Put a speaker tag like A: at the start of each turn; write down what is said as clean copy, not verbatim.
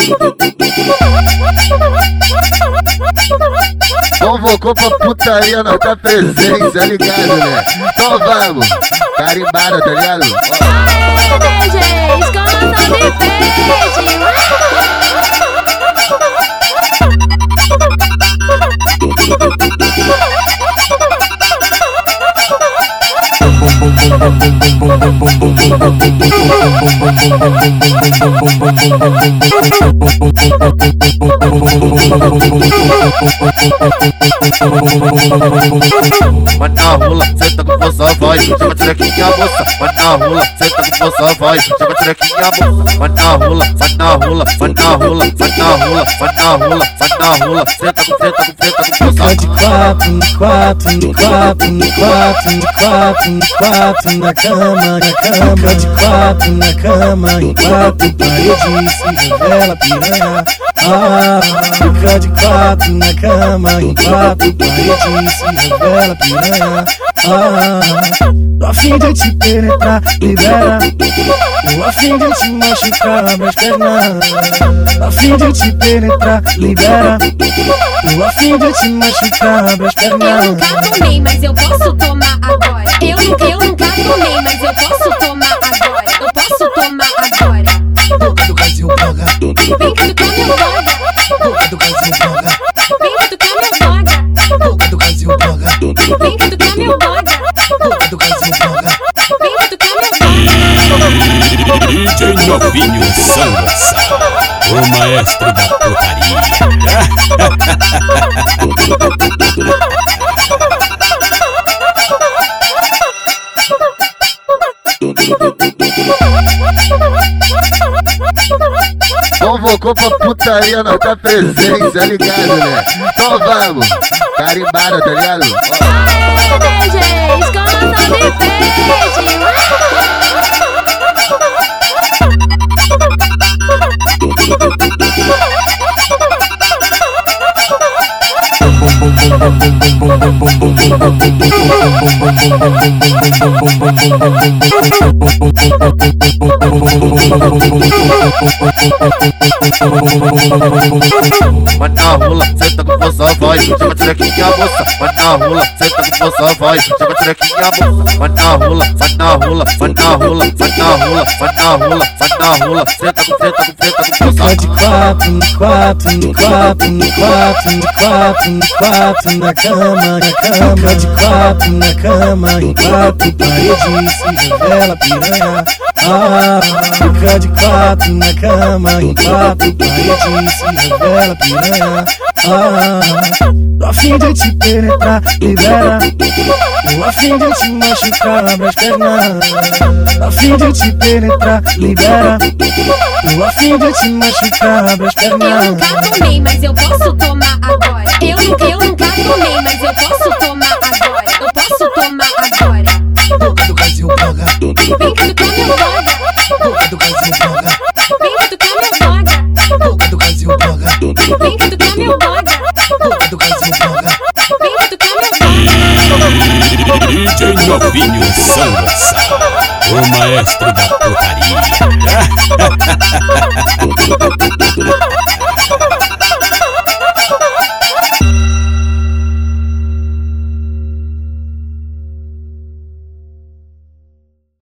A: Convocou pra putaria, nós tá presente, tá ligado, né? Então vamos, carimbada, tá ligado?
B: DJs, comandam de peixe.
A: Vai na rola, senta com força, vai, joga trequinha a moça. Vai na rola, senta com força, vai, joga trequinha a moça. Vai na rola, vai na rola, vai na rola, vai na rola, vai na rola, vai na rola, senta com força.
C: De quatro, de quatro, de quatro, de quatro, de quatro, de quatro na cama, de quatro na cama, em quatro paredes se revela piranha. Fica de quatro na cama, em quatro paredes se revela piranha. Tô a fim de te penetrar, libera. Tô a fim de te machucar, abre as pernas. Tô a fim de te penetrar, libera. Tô a fim de te machucar, abre as pernas.
B: Eu nunca tomei, mas eu posso tomar agora. Eu nunca tomei, mas eu posso tomar agora. Eu posso tomar agora.
C: Boca do Brasil droga.
B: Vem cutucar meu boga.
C: Boca do Brasil droga.
B: Vem cutucar meu boga.
C: Boca do Brasil droga.
B: Vem cutucar meu boga.
C: Boca do Brasil droga.
B: Vem cutucar meu boga.
D: DJ Novinho Sansa, o maestro da putaria.
A: Convocou pra putaria, nós tá presente, tá ligado, né? Então vamos, carimbada, tá ligado?
B: DJs, comandam de peixe.
A: Vai na rola, senta com força, vai, joga trequinha a moça. Vai na rola, senta com força, vai, joga trequinha a moça. Vai na rola, vai na rola, vai na rola, vai na rola, vai na rola, vai na rola, senta com força.
C: De quatro, de quatro, de quatro, de quatro, de quatro, de quatro na cama, de quatro na cama, em quatro paredes se revela piranha. Fica de quatro na cama, em quatro paredes se revela piranha. Tô a fim de te penetrar, libera. Tô a fim de te machucar, abre as pernas. Tô a fim de te penetrar, libera. Tô a fim de te machucar, abre as
B: Eu
C: pernas.
B: nunca tomei, mas eu posso tomar agora. Eu nunca tomei, mas eu posso tomar agora. Eu posso tomar agora.
C: Boca do Brasil droga.
B: Vem cutucar meu boga.
C: Boca do Brasil droga.
B: Vem cutucar meu boga.
C: Boca do Brasil droga.
B: Vem cutucar meu boga.
C: Boca do Brasil droga.
B: Vem cutucar meu boga.
D: DJ Novinho Sansa, o maestro da putaria.